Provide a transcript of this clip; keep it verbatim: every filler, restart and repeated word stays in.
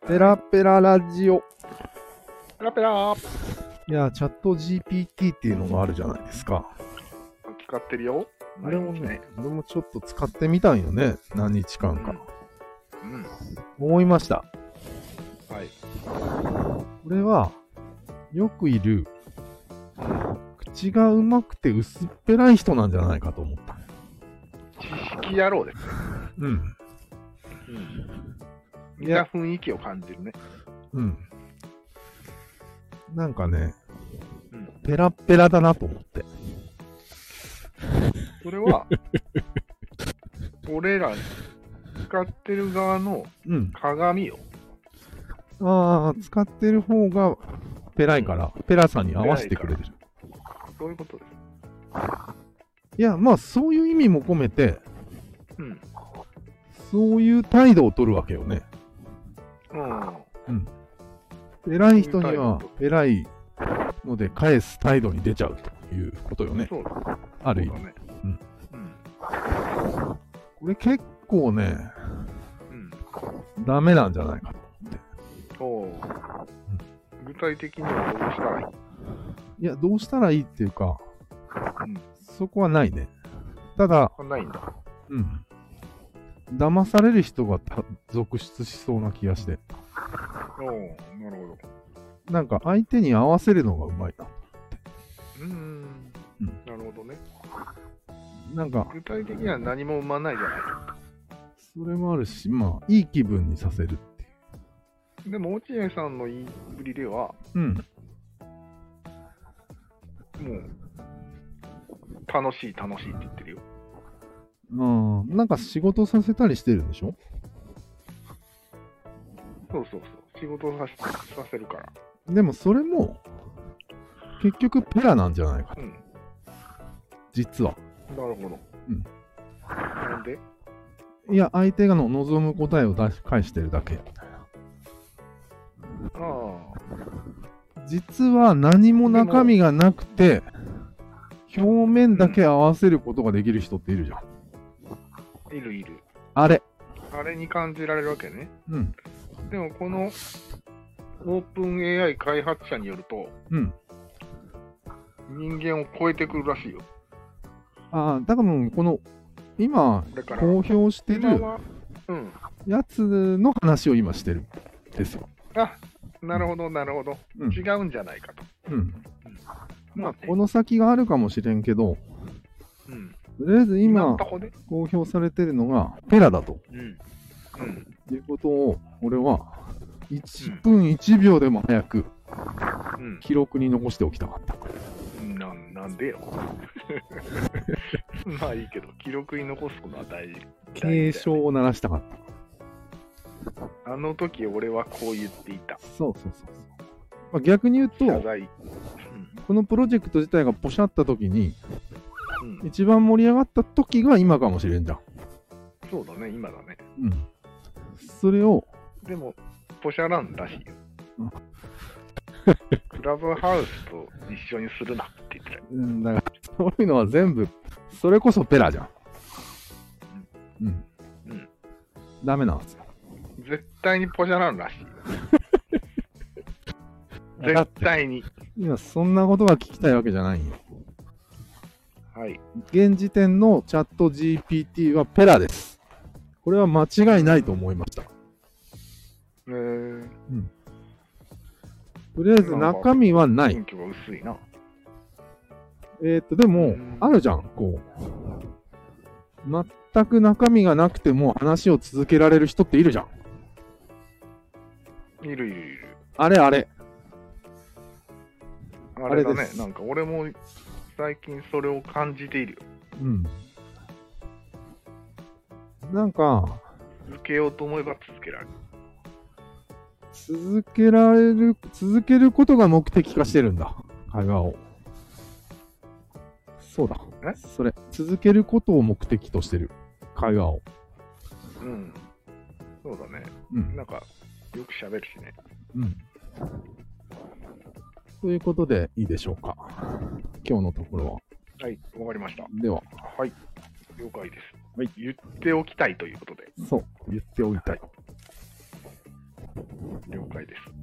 ペラペララジオ。 ペラペラいや、チャット ジーピーティー っていうのがあるじゃないですか。 使ってるよ。 あれもね、俺もちょっと使ってみたんよね。何日間か。 うん。 思いました。 はい。 これは、よくいる、口がうまくて薄っぺらい人なんじゃないかと思った。 知識野郎ですね。 うん。 うん。見た雰囲気を感じるね。 うん。なんかね、 うん、 ペラペラだなと思って。 それは、俺ら使ってる側の鏡よ。 うん、ああ、使ってる方がペラいから、うん、ペラさに合わせてくれてる。 そういうことです。 いや、まあそういう意味も込めて、 うん、 そういう態度を取るわけよね。 うん。 うん。偉い人には偉いので返す態度に出ちゃうということよね。 そうだ。 ある意味。 ね、 うん。 うん。 これ結構ね、うん、ダメなんじゃないかと思って。 おう、うん、具体的にはどうしたらいい？ いや、どうしたらいいっていうか、 うん、 そこはないね。ただ、 ないんだ。 うん。騙される人が続出しそうな気がして。 おお、なるほど。 なんか相手に合わせるのがうまいなと思って。 うーん、うん、なるほどね。 なんか具体的には何も生まないじゃないか。 それもあるし、まあいい気分にさせるっていう。 でも落合さんの言いぶりでは、 うん、 もう楽しい楽しいって言ってるよ。 うん、なんか仕事させたりしてるんでしょ？ そうそうそう、仕事させ、させるから。 でもそれも結局ペラなんじゃないかと、うん、実は。 なるほど。 うん。 なんで？ いや、相手がの望む答えを出し返してるだけみたいな。 ああ。実は何も中身がなくて表面だけ合わせることができる人っているじゃん。 いるいる。 あれ。 あれに感じられるわけね。 うん。 でもこのオープン エーアイ 開発者によると、 うん、 人間を超えてくるらしいよ。 ああ、だからもうこの今公表してるやつの話を今してるんですよ。 あ、なるほどなるほど、うん、違うんじゃないかと。 うん。うん、まあこの先があるかもしれんけど、うん、とりあえず今公表されてるのがペラだと、うんうん、いうことを俺はいっぷんいちびょうでも早く記録に残しておきたかった。 うん、な, なんでよ。まあいいけど、記録に残すことは大事。 警鐘を鳴らしたかった。 あの時俺はこう言っていた。 そうそうそうそう。まあ、逆に言うと、うん、このプロジェクト自体がポシャった時に、うん、一番盛り上がった時が今かもしれんじゃん。 そうだね、今だね。 うん。それを。 でも、ポシャランらしいよ。うん、クラブハウスと一緒にするなって言ってたよ。 うん、だからそういうのは全部、それこそペラじゃん。うん。うん。うん、ダメなんですよ。 絶対にポシャランらしいよ。絶対に。 今、そんなことが聞きたいわけじゃないよ。 はい。 現時点のチャット ジーピーティー はペラです。これは間違いないと思いました。 へー。うん。 とりあえず中身はない。 雰囲気が薄いな。 えーっと、でも、あるじゃん、こう。全く中身がなくても話を続けられる人っているじゃん。いるいるいる。 あれあれ。 あれだね。なんか俺も最近それを感じているよ。 うん。なんか、 続けようと思えば続けられる。 続けられる、続けることが目的化してるんだ。会話を。そうだ。 え？ それ。続けることを目的としてる。会話を。 うん。そうだね。 うん。 なんか、よく喋るしね。 うん。ということでいいでしょうか。今日のところは。 はい、わかりました。 では。 はい。了解です。 はい。 言っておきたいということで。 そう。言っておきたい。 はい。 了解です。